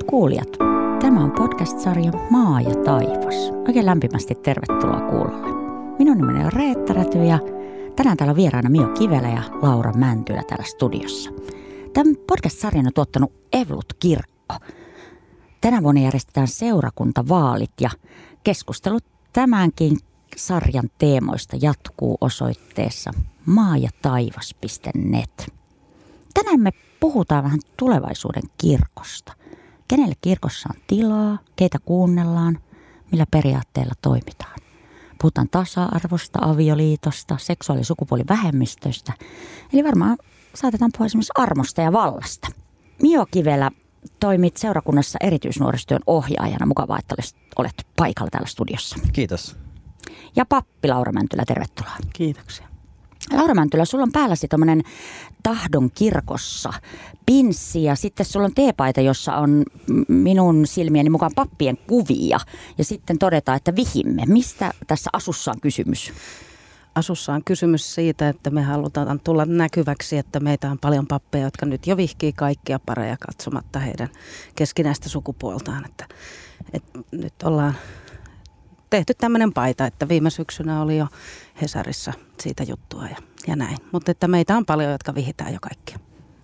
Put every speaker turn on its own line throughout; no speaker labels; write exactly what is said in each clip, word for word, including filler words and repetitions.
kuulijat, tämä on podcast-sarja Maa ja taivas. Oikein lämpimästi tervetuloa kuulolle. Minun nimeni on Reetta Räty ja tänään täällä on vieraana Mio Kivelä ja Laura Mäntylä täällä studiossa. Tämän podcast-sarjan on tuottanut Evolut-kirkko. Tänä vuonna järjestetään seurakuntavaalit ja keskustelut tämänkin sarjan teemoista jatkuu osoitteessa maa ja taivas piste net. Tänään me puhutaan vähän tulevaisuuden kirkosta. Kenelle kirkossa on tilaa, keitä kuunnellaan, millä periaatteella toimitaan. Puhutaan tasa-arvosta, avioliitosta, seksuaali- ja sukupuolivähemmistöistä. Eli varmaan saatetaan puhua esimerkiksi armosta ja vallasta. Mio Kivelä, toimit seurakunnassa erityisnuorisotyön ohjaajana. Mukavaa, että olet paikalla täällä studiossa.
Kiitos.
Ja pappi Laura Mäntylä, tervetuloa.
Kiitoksia.
Laura Mäntylä, sulla on päälläsi tommonen tahdon kirkossa pinssi ja sitten sulla on teepaita, jossa on minun silmieni mukaan pappien kuvia. Ja sitten todetaan, että vihimme. Mistä tässä asussa on kysymys?
Asussa on kysymys siitä, että me halutaan tulla näkyväksi, että meitä on paljon pappeja, jotka nyt jo vihkii kaikkia pareja katsomatta heidän keskinäistä sukupuoltaan. Että, että nyt ollaan tehty tämmöinen paita, että viime syksynä oli jo Hesarissa siitä juttua ja, ja näin. Mutta että meitä on paljon, jotka vihitään jo kaikkia.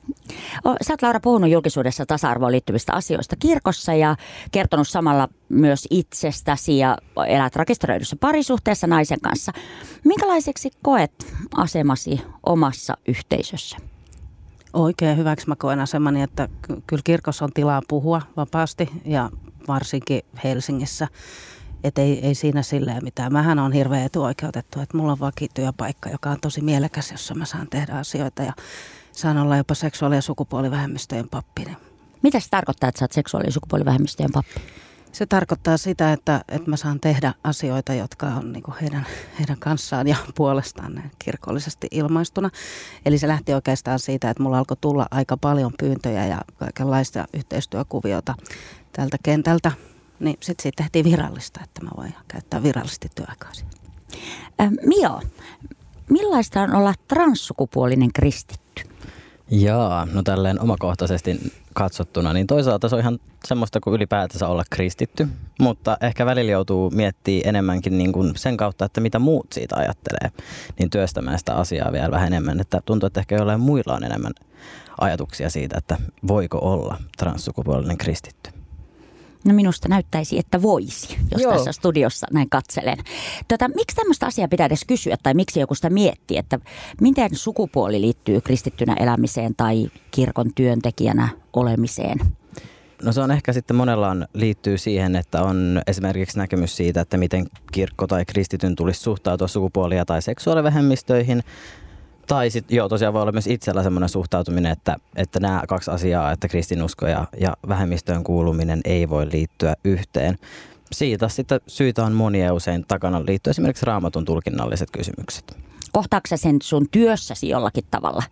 Sä oot, Laura, puhunut julkisuudessa tasa-arvoon liittyvistä asioista kirkossa ja kertonut samalla myös itsestäsi ja elät rekisteröidyssä parisuhteessa naisen kanssa. Minkälaiseksi koet asemasi omassa yhteisössä?
Oikein hyväksi mä koen asemani, että kyllä kirkossa on tilaa puhua vapaasti ja varsinkin Helsingissä. Että ei, ei siinä silleen mitään. Mähän on hirveän etuoikeutettu, että mulla on vakityöpaikka, joka on tosi mielekäs, jossa mä saan tehdä asioita ja saan olla jopa seksuaali- ja sukupuolivähemmistöjen pappi.
Mitä se tarkoittaa, että sä oot seksuaali- ja sukupuolivähemmistöjen pappi?
Se tarkoittaa sitä, että, että mä saan tehdä asioita, jotka on niin kuin heidän, heidän kanssaan ja puolestaan näin kirkollisesti ilmaistuna. Eli se lähti oikeastaan siitä, että mulla alkoi tulla aika paljon pyyntöjä ja kaikenlaista yhteistyökuviota tältä kentältä. Niin sitten siitä tehtiin virallista, että mä voin käyttää virallisesti työaikaa siihen.
Äh, Mio, millaista on olla transsukupuolinen kristitty?
Jaa, no tälleen omakohtaisesti katsottuna, niin toisaalta se on ihan semmoista kuin ylipäätänsä olla kristitty, mutta ehkä välillä joutuu miettimään enemmänkin niin kuin sen kautta, että mitä muut siitä ajattelee, niin työstämään sitä asiaa vielä vähän enemmän, että tuntuu, että ehkä jollain muilla on enemmän ajatuksia siitä, että voiko olla transsukupuolinen kristitty.
No minusta näyttäisi, että voisi, jos
Joo.
tässä studiossa näin katselen. Tota, miksi tämmöistä asiaa pitää edes kysyä tai miksi joku sitä miettii, että miten sukupuoli liittyy kristittynä elämiseen tai kirkon työntekijänä olemiseen?
No se on ehkä sitten monellaan liittyy siihen, että on esimerkiksi näkemys siitä, että miten kirkko tai kristityn tulisi suhtautua sukupuolia tai seksuaalivähemmistöihin. Tai sitten joo, tosiaan voi olla myös itsellä semmoinen suhtautuminen, että, että nämä kaksi asiaa, että kristinusko ja, ja vähemmistöön kuuluminen ei voi liittyä yhteen. Siitä sitten syitä on monia usein takana liittyy esimerkiksi Raamatun tulkinnalliset kysymykset.
Kohtaatko sä sen sun työssäsi jollakin tavalla?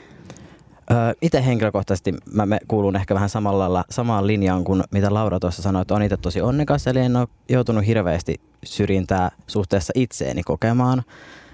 Öö, itse henkilökohtaisesti mä me kuulun ehkä vähän samalla, samaan linjaan kuin mitä Laura tuossa sanoi, että on itse tosi onnekas, eli en ole joutunut hirveästi syrjintää suhteessa itseeni kokemaan.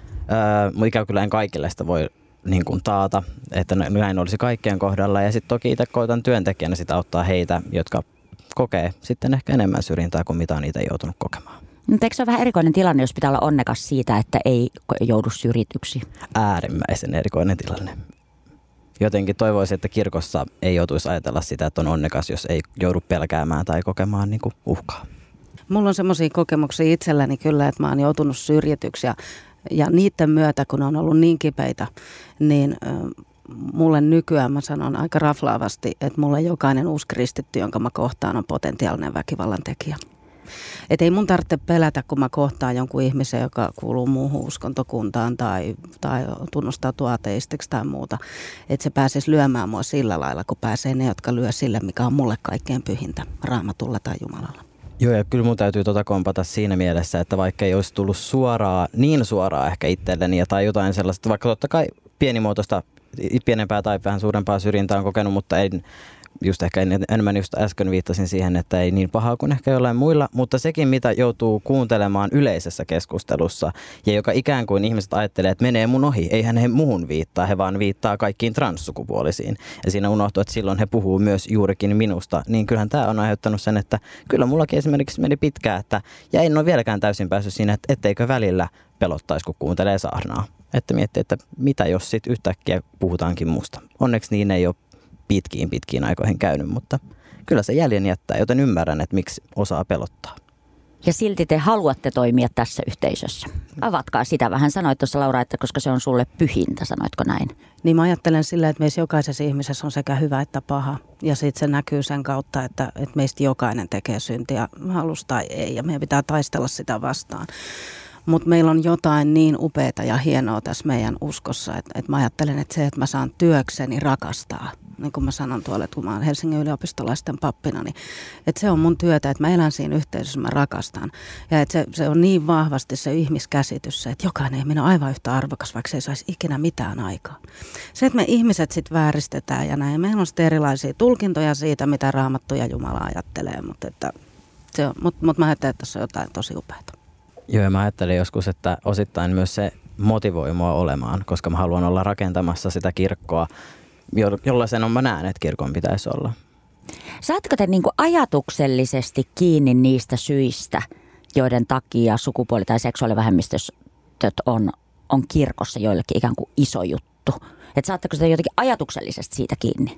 Öö, ikään kyllä en kaikille sitä voi niin kuin taata, että näin olisi kaikkien kohdalla. Ja sitten toki itse koitan työntekijänä sitä auttaa heitä, jotka kokee sitten ehkä enemmän syrjintää kuin mitä on itse joutunut kokemaan.
Mutta eikö se ole vähän erikoinen tilanne, jos pitää olla onnekas siitä, että ei joudu syrjityksi?
Äärimmäisen erikoinen tilanne. Jotenkin toivoisin, että kirkossa ei joutuisi ajatella sitä, että on onnekas, jos ei joudu pelkäämään tai kokemaan niin kuin uhkaa.
Mulla on semmoisia kokemuksia itselläni kyllä, että mä oon joutunut syrjityksi ja Ja niiden myötä, kun on ollut niin kipeitä, niin äh, mulle nykyään mä sanon aika raflaavasti, että mulle jokainen uusi kristitty, jonka mä kohtaan, on potentiaalinen väkivallan tekijä. Että ei mun tarvitse pelätä, kun mä kohtaan jonkun ihmisen, joka kuuluu muuhun uskontokuntaan tai, tai tunnustautuu ateistiksi tai muuta. Että se pääsisi lyömään mua sillä lailla, kun pääsee ne, jotka lyö sille, mikä on mulle kaikkein pyhintä, Raamatulla tai Jumalalla.
Joo, ja kyllä mun täytyy tota kompata siinä mielessä, että vaikka ei olisi tullut suoraa, niin suoraa ehkä itselleni ja tai jotain sellaista, vaikka totta kai pienimuotoista, pienempää tai vähän suurempaa syrjintää on kokenut, mutta en just ehkä enemmän just äsken viittasin siihen, että ei niin pahaa kuin ehkä jollain muilla, mutta sekin, mitä joutuu kuuntelemaan yleisessä keskustelussa ja joka ikään kuin ihmiset ajattelee, että menee mun ohi, eihän he muhun viittaa, he vaan viittaa kaikkiin transsukupuolisiin. Ja siinä unohtuu, että silloin he puhuu myös juurikin minusta, niin kyllähän tämä on aiheuttanut sen, että kyllä mullakin esimerkiksi meni pitkään, että ja en ole vieläkään täysin päässyt siinä, että etteikö välillä pelottaisi, kun kuuntelee saarnaa. Että miettii, että mitä jos sitten yhtäkkiä puhutaankin musta. Onneksi niin ei ole pitkiin pitkiin aikoihin käynyt, mutta kyllä se jäljen jättää, joten ymmärrän, että miksi osaa pelottaa.
Ja silti te haluatte toimia tässä yhteisössä. Avatkaa sitä vähän. Sanoit tuossa Laura, että koska se on sulle pyhintä, sanoitko näin?
Niin mä ajattelen sillä, että meissä jokaisessa ihmisessä on sekä hyvä että paha. Ja sitten se näkyy sen kautta, että, että meistä jokainen tekee syntiä, halus tai ei. Ja meidän pitää taistella sitä vastaan. Mutta meillä on jotain niin upeata ja hienoa tässä meidän uskossa, että, että mä ajattelen, että se, että mä saan työkseni rakastaa, niin kuin mä sanon tuolla, että kun mä oon Helsingin yliopistolaisten pappina, niin että se on mun työtä, että mä elän siinä yhteisössä, mä rakastan. Ja että se, se on niin vahvasti se ihmiskäsitys, että jokainen ihminen on aivan yhtä arvokas, vaikka se ei saisi ikinä mitään aikaa. Se, että me ihmiset sitten vääristetään ja näin, meillä on sitten erilaisia tulkintoja siitä, mitä Raamattu ja Jumala ajattelee, mutta mut, mut mä ajattelen, että tässä on jotain tosi upeata.
Joo, ja mä ajattelen joskus, että osittain myös se motivoi mua olemaan, koska mä haluan olla rakentamassa sitä kirkkoa, jollaisen mä näen, että kirkon pitäisi olla.
Saatteko te niin kuin ajatuksellisesti kiinni niistä syistä, joiden takia sukupuoli- tai seksuaalivähemmistöt on, on kirkossa joillekin ikään kuin iso juttu? Että saatteko te jotenkin ajatuksellisesti siitä kiinni?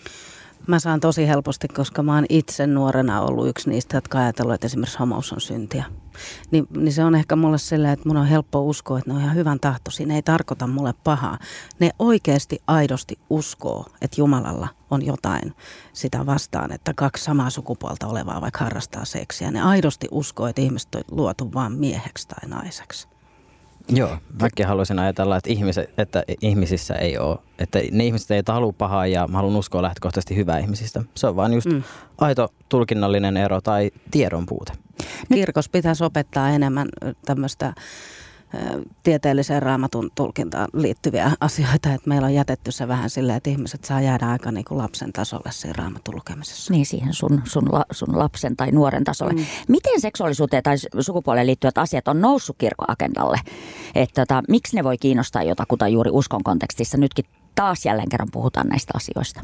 Mä saan tosi helposti, koska mä oon itse nuorena ollut yksi niistä, jotka ajatellut, että esimerkiksi homous on syntiä. Ni, niin se on ehkä mulle silleen, että mun on helppo uskoa, että ne on ihan hyvän tahtoisia. Ne ei tarkoita mulle pahaa. Ne oikeasti aidosti uskoo, että Jumalalla on jotain sitä vastaan, että kaksi samaa sukupuolta olevaa vaikka harrastaa seksiä. Ne aidosti uskoo, että ihmiset on luotu vaan mieheksi tai naiseksi.
Joo, mäkin haluaisin ajatella, että, ihmiset, että ihmisissä ei ole, että ne ihmiset ei halua pahaa ja mä haluan uskoa lähtökohtaisesti hyvää ihmisistä. Se on vaan just mm. aito tulkinnallinen ero tai tiedon puute.
Kirkossa pitäisi opettaa enemmän tämmöistä tieteelliseen Raamatun tulkintaan liittyviä asioita, että meillä on jätetty se vähän silleen, että ihmiset saa jäädä aika niin kuin lapsen tasolle siinä Raamatun lukemisessa.
Niin, siihen sun, sun, la, sun lapsen tai nuoren tasolle. Mm. Miten seksuaalisuuteen tai sukupuoleen liittyvät asiat on noussut kirkon agendalle? Että tota, miksi ne voi kiinnostaa jotakuta juuri uskon kontekstissa? Nytkin taas jälleen kerran puhutaan näistä asioista.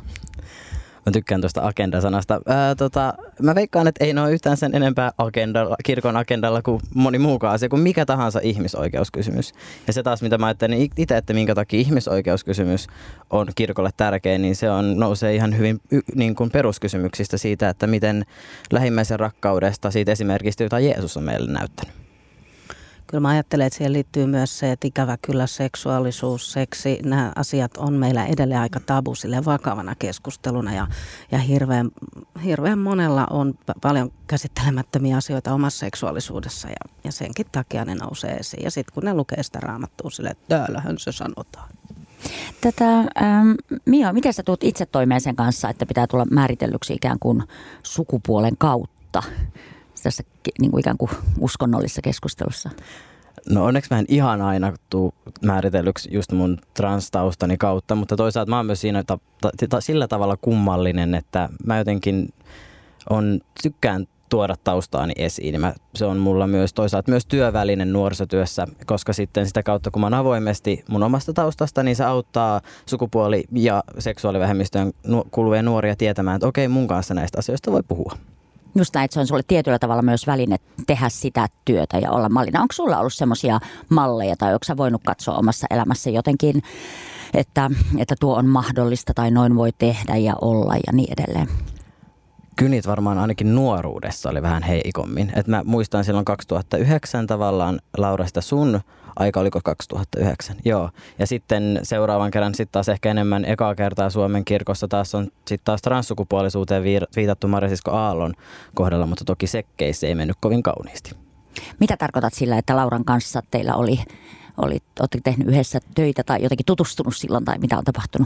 Mä tykkään tuosta agenda-sanasta. Ää, tota, mä veikkaan, että ei ne ole yhtään sen enempää agendalla, kirkon agendalla kuin moni muukaan asia, kuin mikä tahansa ihmisoikeuskysymys. Ja se taas, mitä mä ajattelen itse, että minkä takia ihmisoikeuskysymys on kirkolle tärkeä, niin se on, nousee ihan hyvin niin kuin peruskysymyksistä siitä, että miten lähimmäisen rakkaudesta siitä esimerkiksi, jota Jeesus on meille näyttänyt.
Kyllä mä ajattelen, että siihen liittyy myös se, että ikävä kyllä seksuaalisuus, seksi, nämä asiat on meillä edelleen aika tabu sille vakavana keskusteluna ja, ja hirveän, hirveän monella on paljon käsittelemättömiä asioita omassa seksuaalisuudessa ja, ja senkin takia ne nousee esiin. Ja sitten kun ne lukee sitä Raamattua silleen, että täällähän se sanotaan.
Tätä, ähm, Mio, miten sä tulet itse toimeen sen kanssa, että pitää tulla määritellyksi ikään kuin sukupuolen kautta tässä niin kuin ikään kuin uskonnollisessa keskustelussa?
No onneksi mä en ihan aina tuu määritellyksi just mun transtaustani kautta, mutta toisaalta mä oon myös siinä ta- ta- sillä tavalla kummallinen, että mä jotenkin on, tykkään tuoda taustaani esiin. Mä, se on mulla myös toisaalta myös työvälinen nuorisotyössä, koska sitten sitä kautta, kun mä oon avoimesti mun omasta taustasta, niin se auttaa sukupuoli- ja seksuaalivähemmistöön kuuluvia nuoria tietämään, että okei, mun kanssa näistä asioista voi puhua.
Just näin, että se on sulle tietyllä tavalla myös väline tehdä sitä työtä ja olla mallina. Onko sulla ollut semmoisia malleja tai onko sä voinut katsoa omassa elämässä jotenkin, että, että tuo on mahdollista tai noin voi tehdä ja olla ja niin edelleen?
Kyllä niitä varmaan ainakin nuoruudessa oli vähän heikommin. Et mä muistan silloin kaksituhattayhdeksän tavallaan, Laura, sitä sun aika oliko kaksituhattayhdeksän, joo. Ja sitten seuraavan kerran sitten taas ehkä enemmän ekaa kertaa Suomen kirkossa taas on sitten taas transsukupuolisuuteen viitattu Marja-Sisko Aallon kohdalla, mutta toki sekkeissä ei mennyt kovin kauniisti.
Mitä tarkoitat sillä, että Lauran kanssa teillä oli, oli ootteko tehnyt yhdessä töitä tai jotenkin tutustunut silloin tai mitä on tapahtunut?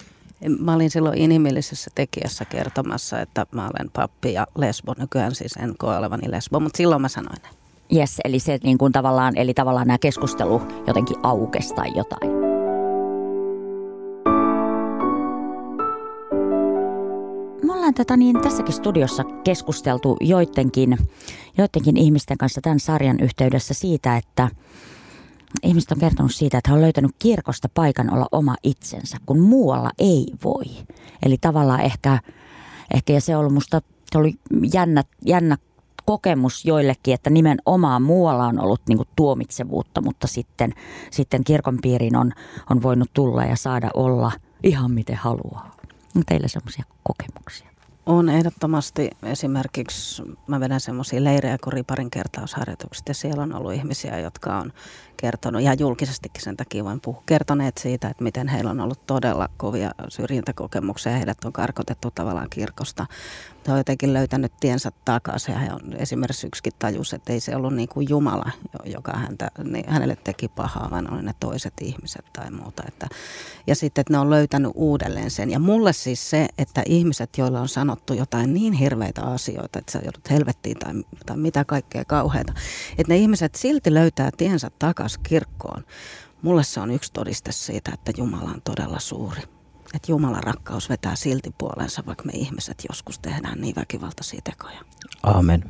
Mä olin silloin inhimillisessä tekijässä kertomassa, että mä olen pappi ja lesbo. Nykyään siis en koe olevani lesbo, mutta silloin mä sanoin näin.
Yes, eli se niin kuin tavallaan, eli tavallaan nämä keskustelu jotenkin aukesi tai jotain.
Mä
ollaan tota, niin, tässäkin studiossa keskusteltu joidenkin, joidenkin ihmisten kanssa tämän sarjan yhteydessä siitä, että ihmiset on kertonut siitä, että he on löytänyt kirkosta paikan olla oma itsensä, kun muualla ei voi. Eli tavallaan ehkä, ehkä ja se on ollut musta se oli jännä, jännä kokemus joillekin, että nimenomaan muualla on ollut niin kuin tuomitsevuutta, mutta sitten, sitten kirkon piiriin on, on voinut tulla ja saada olla ihan miten haluaa. On teillä semmoisia kokemuksia?
On ehdottomasti. Esimerkiksi mä vedän semmoisia leirejä kuin riparin kertausharjoitukset ja siellä on ollut ihmisiä, jotka on kertonut, ja julkisestikin sen takia voin puhua, kertoneet siitä, että miten heillä on ollut todella kovia syrjintäkokemuksia ja heidät on karkotettu tavallaan kirkosta. He on jotenkin löytänyt tiensä takaisin ja he on esimerkiksi yksikin tajus, että ei se ollut niin kuin Jumala, joka häntä, niin hänelle teki pahaa, vaan oli ne toiset ihmiset tai muuta. Että, ja sitten, että ne on löytänyt uudelleen sen. Ja mulle siis se, että ihmiset, joilla on sanottu jotain niin hirveitä asioita, että sä joudut helvettiin tai, tai mitä kaikkea kauheata, että ne ihmiset silti löytää tiensä takaisin kirkkoon. Mulle se on yksi todiste siitä, että Jumala on todella suuri. Että Jumalan rakkaus vetää silti puoleensa, vaikka me ihmiset joskus tehdään niin väkivaltaisia tekoja.
Aamen.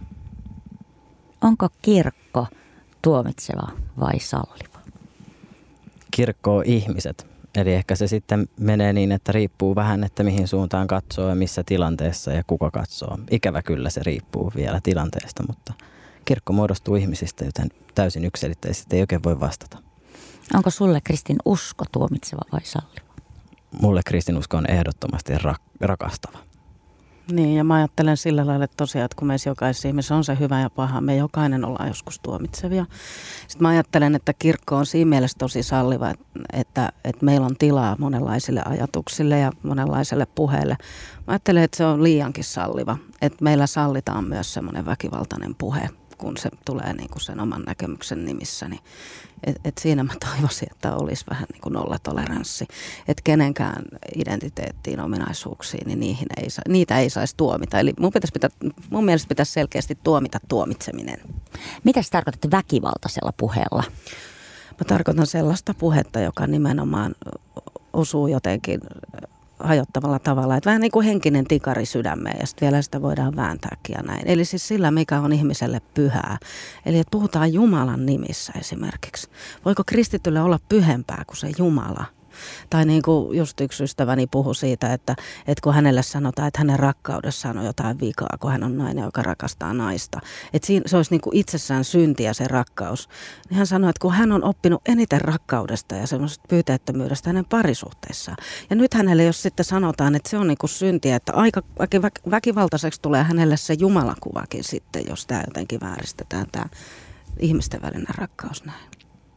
Onko kirkko tuomitseva vai salliva?
Kirkko on ihmiset. Eli ehkä se sitten menee niin, että riippuu vähän, että mihin suuntaan katsoo ja missä tilanteessa ja kuka katsoo. Ikävä kyllä se riippuu vielä tilanteesta, mutta kirkko muodostuu ihmisistä, joten täysin yksiselitteisesti ei oikein voi vastata.
Onko sulle kristin usko tuomitseva vai salliva?
Mulle kristinusko on ehdottomasti rak- rakastava.
Niin, ja mä ajattelen sillä lailla, että tosiaan, että kun meissä jokaisessa ihmisessä on se hyvä ja paha, me jokainen ollaan joskus tuomitsevia. Sitten mä ajattelen, että kirkko on siinä mielessä tosi salliva, että, että meillä on tilaa monenlaisille ajatuksille ja monenlaiselle puheelle. Mä ajattelen, että se on liiankin salliva, että meillä sallitaan myös semmoinen väkivaltainen puhe, kun se tulee niin kuin sen oman näkemyksen nimissä, niin et, et siinä mä toivoisin, että olisi vähän niin kuin nollatoleranssi, että kenenkään identiteettiin, ominaisuuksiin, niin niihin ei sa, niitä ei saisi tuomita. Eli mun, pitäisi pitä, mun mielestä pitäisi selkeästi tuomita tuomitseminen.
Mitä sä tarkoitat väkivaltaisella puheella?
Mä tarkoitan sellaista puhetta, joka nimenomaan osuu jotenkin hajottavalla tavalla, että vähän niin kuin henkinen tikari sydämeen ja sitten vielä sitä voidaan vääntääkin ja näin. Eli siis sillä, mikä on ihmiselle pyhää. Eli että puhutaan Jumalan nimissä esimerkiksi. Voiko kristitylle olla pyhempää kuin se Jumala? Tai niin kuin just yksi ystäväni puhui siitä, että, että kun hänelle sanotaan, että hänen rakkaudessaan on jotain vikaa, kun hän on nainen, joka rakastaa naista. Että siinä, se olisi niin kuin itsessään syntiä se rakkaus. Niin hän sanoi, että kun hän on oppinut eniten rakkaudesta ja semmoisesta pyyteettömyydestä hänen parisuhteessaan. Ja nyt hänelle, jos sitten sanotaan, että se on niin kuin syntiä, että aika väkivaltaiseksi tulee hänelle se jumalakuvakin sitten, jos tämä jotenkin vääristetään, tämä ihmisten välinen rakkaus näin.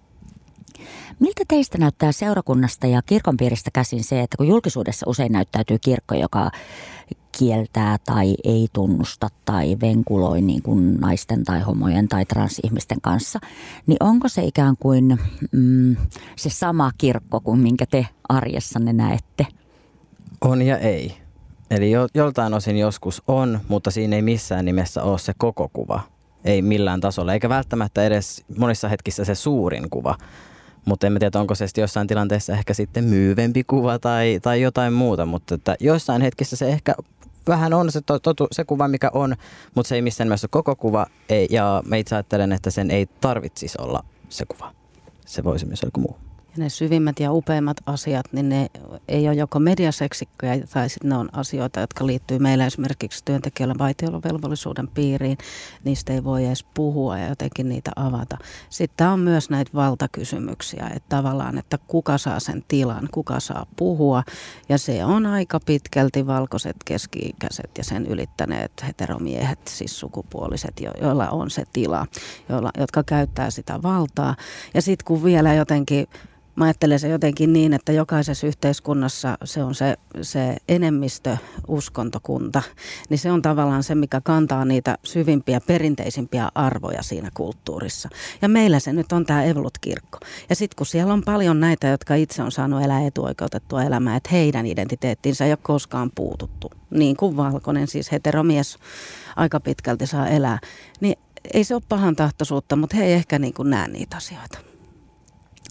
Miltä teistä näyttää seurakunnasta ja kirkonpiiristä käsin se, että kun julkisuudessa usein näyttäytyy kirkko, joka kieltää tai ei tunnusta tai venkuloi niin kuin naisten tai homojen tai transihmisten kanssa, niin onko se ikään kuin mm, se sama kirkko kuin minkä te arjessanne näette?
On ja ei. Eli jo, joltain osin joskus on, mutta siinä ei missään nimessä ole se koko kuva. Ei millään tasolla, eikä välttämättä edes monissa hetkissä se suurin kuva. Mutta en tiedä, onko se jossain tilanteessa ehkä sitten myyvempi kuva tai, tai jotain muuta, mutta että joissain hetkissä se ehkä vähän on se, to, to, se kuva, mikä on, mutta se ei missään nimessä koko kuva. Ei, ja mä itse ajattelen, että sen ei tarvitsisi olla se kuva. Se voisi myös olla joku muu.
Ja ne syvimmät ja upeimmat asiat, niin ne ei ole joko mediaseksikkoja tai sitten ne on asioita, jotka liittyy meillä esimerkiksi työntekijöillä vaitiolovelvollisuuden piiriin. Niistä ei voi edes puhua ja jotenkin niitä avata. Sitten on myös näitä valtakysymyksiä, että tavallaan, että kuka saa sen tilan, kuka saa puhua. Ja se on aika pitkälti valkoiset, keski-ikäiset ja sen ylittäneet heteromiehet, siis sukupuoliset, joilla on se tila, joilla, jotka käyttää sitä valtaa. Ja sitten kun vielä jotenkin mä ajattelen se jotenkin niin, että jokaisessa yhteiskunnassa se on se, se enemmistö uskontokunta, niin se on tavallaan se, mikä kantaa niitä syvimpiä, perinteisimpiä arvoja siinä kulttuurissa. Ja meillä se nyt on tämä Evolut-kirkko. Ja sitten kun siellä on paljon näitä, jotka itse on saanut elää etuoikeutettua elämää, että heidän identiteettinsä ei ole koskaan puututtu, niin kuin valkoinen, siis heteromies aika pitkälti saa elää, niin ei se ole pahan tahtoisuutta, mutta he ei ehkä niin kuin näe niitä asioita.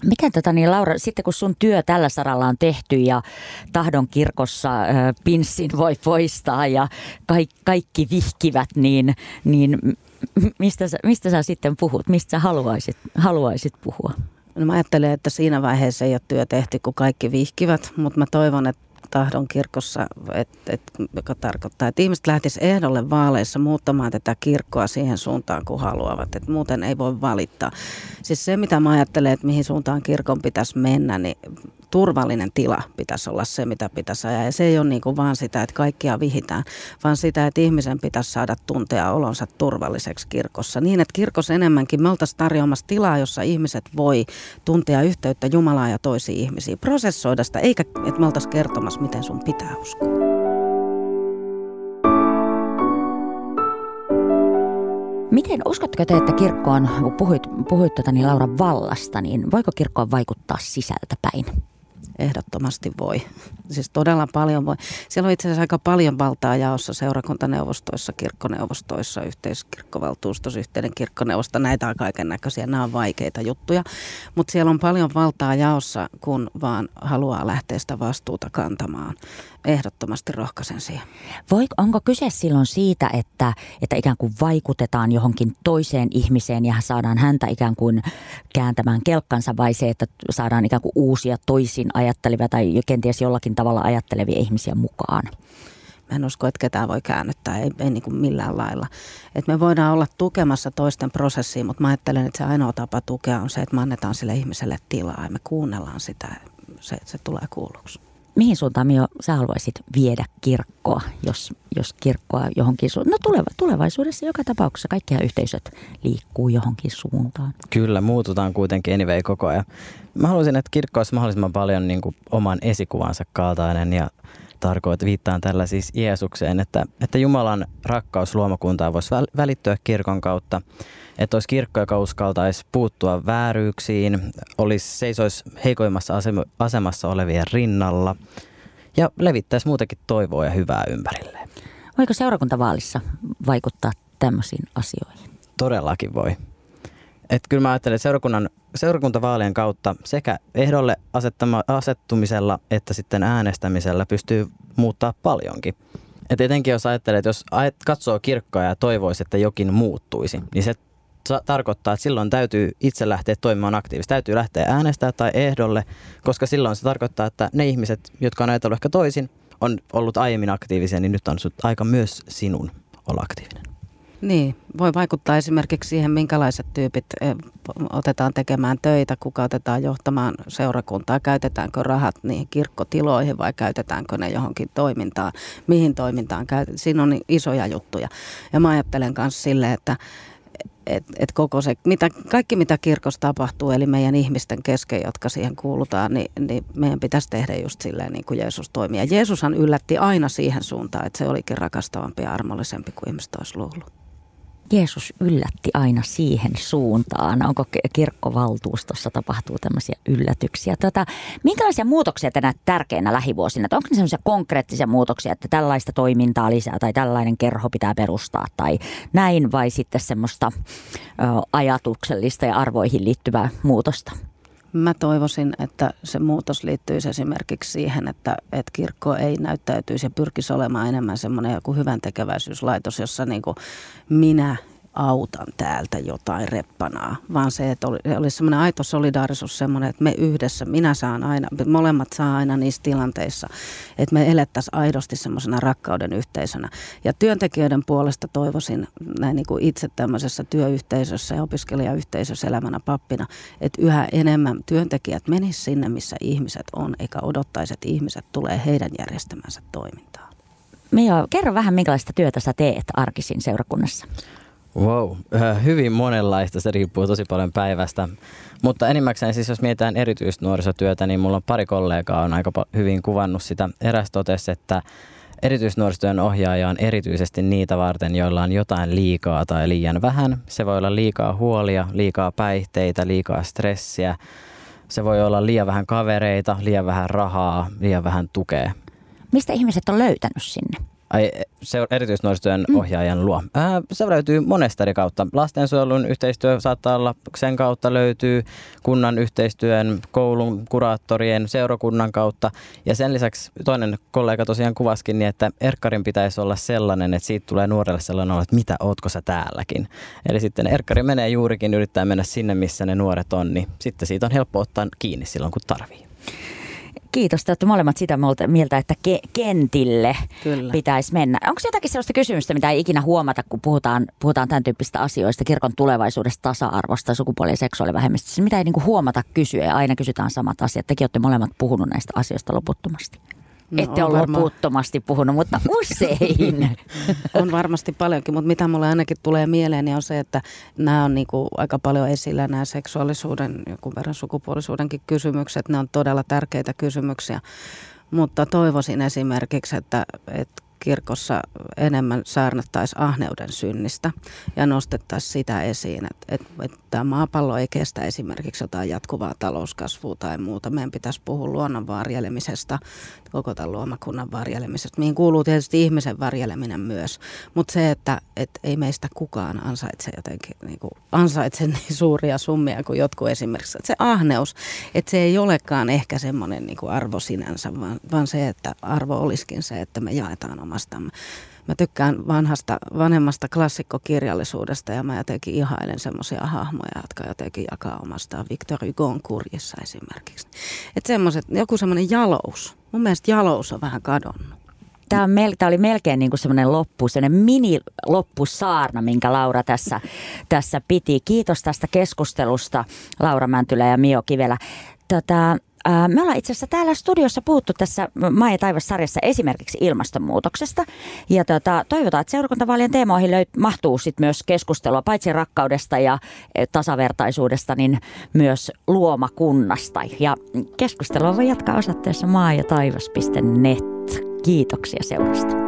Miten tota niin Laura, sitten kun sun työ tällä saralla on tehty ja Tahdon kirkossa äh, pinssin voi poistaa ja kaikki, kaikki vihkivät, niin, niin mistä, sä, mistä sä sitten puhut? Mistä sä haluaisit, haluaisit puhua?
No mä ajattelen, että siinä vaiheessa ei ole työ tehty, kun kaikki vihkivät, mutta mä toivon, että Tahdon kirkossa, et, et, joka tarkoittaa, että ihmiset lähtisivät ehdolle vaaleissa muuttamaan tätä kirkkoa siihen suuntaan, kun haluavat. Et muuten ei voi valittaa. Siis se, mitä mä ajattelen, että mihin suuntaan kirkon pitäisi mennä, niin turvallinen tila pitäisi olla se, mitä pitäisi ajaa. Ja se ei ole niin kuin vaan sitä, että kaikkia vihitään, vaan sitä, että ihmisen pitäisi saada tuntea olonsa turvalliseksi kirkossa. Niin, että kirkossa enemmänkin me oltaisiin tarjoamassa tilaa, jossa ihmiset voi tuntea yhteyttä Jumalaa ja toisiin ihmisiin. Prosessoida sitä, eikä että me oltaisiin kertomassa, miten sun pitää uskoa.
Miten, uskotteko te, että kirkkoon, kun puhuit, puhuit tuota, niin Laura vallasta, niin voiko kirkkoon vaikuttaa sisältä päin?
Ehdottomasti voi. Siis todella paljon voi. Siellä on itse asiassa aika paljon valtaa jaossa seurakuntaneuvostoissa, kirkkoneuvostoissa, yhteiskirkkovaltuustossa, yhteinen kirkkoneuvosto. Näitä on kaiken näköisiä. Nämä on vaikeita juttuja. Mutta siellä on paljon valtaa jaossa, kun vaan haluaa lähteä sitä vastuuta kantamaan. Ehdottomasti rohkaisen siihen.
Voi, onko kyse silloin siitä, että, että ikään kuin vaikutetaan johonkin toiseen ihmiseen ja saadaan häntä ikään kuin kääntämään kelkkansa, vai se, että saadaan ikään kuin uusia toisin ajattelevia tai kenties jollakin tavalla ajattelevia ihmisiä mukaan?
Mä en usko, että ketään voi käännyttää, ei, ei niin kuin millään lailla. Et me voidaan olla tukemassa toisten prosessiin, mutta mä ajattelen, että se ainoa tapa tukea on se, että me annetaan sille ihmiselle tilaa ja me kuunnellaan sitä, se, se tulee kuulluksi.
Mihin suuntaan, Mio, sä haluaisit viedä kirkkoa, jos, jos kirkkoa johonkin suuntaan? No tuleva, tulevaisuudessa joka tapauksessa kaikkihan yhteisöt liikkuu johonkin suuntaan.
Kyllä, muututaan kuitenkin anyway koko ajan. Mä haluaisin, että kirkko olisi mahdollisimman paljon niin kuin oman esikuvansa kaltainen ja tarkoitan, viittaan tällä siis Jeesukseen, että, että Jumalan rakkaus luomakuntaan voisi välittyä kirkon kautta. Että olisi kirkko, joka uskaltaisi puuttua vääryyksiin, olisi, seisoisi heikoimmassa asemassa olevien rinnalla ja levittäisi muutenkin toivoa ja hyvää ympärilleen.
Voiko seurakuntavaalissa vaikuttaa tämmöisiin asioihin?
Todellakin voi. Että kyllä mä ajattelen, että seurakunnan, seurakuntavaalien kautta sekä ehdolle asettumisella että sitten äänestämisellä pystyy muuttaa paljonkin. Et etenkin jos ajattelee, että jos katsoo kirkkoa ja toivoisi, että jokin muuttuisi, niin se tarkoittaa, että silloin täytyy itse lähteä toimimaan aktiivisesti. Täytyy lähteä äänestää tai ehdolle, koska silloin se tarkoittaa, että ne ihmiset, jotka on ajatellut ehkä toisin, on ollut aiemmin aktiivisia, niin nyt on aika myös sinun olla aktiivinen.
Niin, voi vaikuttaa esimerkiksi siihen, minkälaiset tyypit otetaan tekemään töitä, kuka otetaan johtamaan seurakuntaa, käytetäänkö rahat niihin kirkkotiloihin vai käytetäänkö ne johonkin toimintaan, mihin toimintaan käytetään. Siinä on isoja juttuja. Ja mä ajattelen myös silleen, että et, et koko se, mitä, kaikki mitä kirkossa tapahtuu, eli meidän ihmisten kesken, jotka siihen kuulutaan, niin, niin meidän pitäisi tehdä just silleen niin kuin Jeesus toimii. Ja Jeesushan yllätti aina siihen suuntaan, että se olikin rakastavampi ja armollisempi kuin ihmiset olisi luullut.
Jeesus yllätti aina siihen suuntaan. Onko kirkkovaltuustossa tapahtuu tämmöisiä yllätyksiä? Tota, minkälaisia muutoksia te näette tärkeinä lähivuosina? Onko ne sellaisia konkreettisia muutoksia, että tällaista toimintaa lisää tai tällainen kerho pitää perustaa tai näin, vai sitten semmoista ö, ajatuksellista ja arvoihin liittyvää muutosta?
Mä toivoisin, että se muutos liittyisi esimerkiksi siihen, että, että kirkko ei näyttäytyisi ja pyrkisi olemaan enemmän semmoinen joku hyvän tekeväisyyslaitos, jossa niin kuin minä autan täältä jotain reppanaa, vaan se, että olisi semmoinen aito solidaarisuus semmoinen, että me yhdessä, minä saan aina, molemmat saa aina niissä tilanteissa, että me elettäisiin aidosti semmoisena rakkauden yhteisönä. Ja työntekijöiden puolesta toivoisin näin niin kuin itse tämmöisessä työyhteisössä ja opiskelijayhteisössä elämänä pappina, että yhä enemmän työntekijät menisivät sinne, missä ihmiset on, eikä odottaisi, että ihmiset tulee heidän järjestämänsä toimintaan.
Mio, kerro vähän, minkälaista työtä sä teet arkisin seurakunnassa?
Wow, hyvin monenlaista, se riippuu tosi paljon päivästä, mutta enimmäkseen siis jos mietitään erityistä nuorisotyötä, niin mulla on pari kollegaa on aika hyvin kuvannut sitä. Eräs totesi, että erityisnuorisotyön ohjaaja on erityisesti niitä varten, joilla on jotain liikaa tai liian vähän. Se voi olla liikaa huolia, liikaa päihteitä, liikaa stressiä. Se voi olla liian vähän kavereita, liian vähän rahaa, liian vähän tukea.
Mistä ihmiset on löytänyt sinne?
Ai, se erityisnuorisotyön ohjaajan luo. Ää, se löytyy monesta eri kautta. Lastensuojelun yhteistyö saattaa olla, sen kautta löytyy kunnan yhteistyön, koulun, kuraattorien, seurakunnan kautta. Ja sen lisäksi toinen kollega tosiaan kuvasikin, niin että erkkarin pitäisi olla sellainen, että siitä tulee nuorelle sellainen olo, että mitä, ootko sä täälläkin. Eli sitten erkkari menee juurikin, yrittää mennä sinne, missä ne nuoret on, niin sitten siitä on helppo ottaa kiinni silloin, kun tarvii.
Kiitos, te olette molemmat sitä mieltä, että ke- kentille Kyllä. pitäisi mennä. Onko jotakin sellaista kysymystä, mitä ei ikinä huomata, kun puhutaan, puhutaan tämän tyyppistä asioista, kirkon tulevaisuudesta, tasa-arvosta, sukupuoli- ja seksuaalivähemmistöstä? Mitä ei niin kuin huomata kysyä ja aina kysytään samat asiat. Tekin olette molemmat puhunut näistä asioista loputtomasti. No, Ette ole varma... loputtomasti puhunut, mutta usein.
On varmasti paljonkin, mutta mitä mulle ainakin tulee mieleen, niin on se, että nämä on niinku aika paljon esillä, nämä seksuaalisuuden, jonkun verran sukupuolisuudenkin kysymykset. Ne on todella tärkeitä kysymyksiä, mutta toivoisin esimerkiksi, että, että kirkossa enemmän saarnattaisiin ahneuden synnistä ja nostettaisiin sitä esiin, että, että, että tämä maapallo ei kestä esimerkiksi jotain jatkuvaa talouskasvua tai muuta. Meidän pitäisi puhua luonnon varjelemisesta, koko tämän luomakunnan varjelemisesta, mihin kuuluu tietysti ihmisen varjeleminen myös. Mutta se, että, että ei meistä kukaan ansaitse jotenkin niin kuin, ansaitse niin suuria summia kuin jotkut esimerkiksi. Että se ahneus, että se ei olekaan ehkä semmoinen niin kuin arvo sinänsä, vaan, vaan se, että arvo olisikin se, että me jaetaan omastamme. Mä tykkään vanhasta, vanhemmasta klassikkokirjallisuudesta ja mä jotenkin ihailen semmoisia hahmoja, jotka jotenkin jakaa omastaan. Victor Hugon Kurjissa esimerkiksi. Että semmoiset, joku semmoinen jalous. Mun mielestä jalous on vähän kadonnut.
Tämä, on mel- tämä oli melkein niin kuin semmoinen loppu, semmoinen mini-loppusaarna, minkä Laura tässä, tässä piti. Kiitos tästä keskustelusta, Laura Mäntylä ja Mio Kivelä. Tota, Me ollaan itse asiassa täällä studiossa puhuttu tässä Maa ja taivas-sarjassa esimerkiksi ilmastonmuutoksesta. Ja tota, toivotaan, että seurakuntavaalien teemoihin löyt, mahtuu sit myös keskustelua paitsi rakkaudesta ja tasavertaisuudesta, niin myös luomakunnasta. Ja keskustelua voi jatkaa osoitteessa maa ja taivas piste net. Kiitoksia seurasta.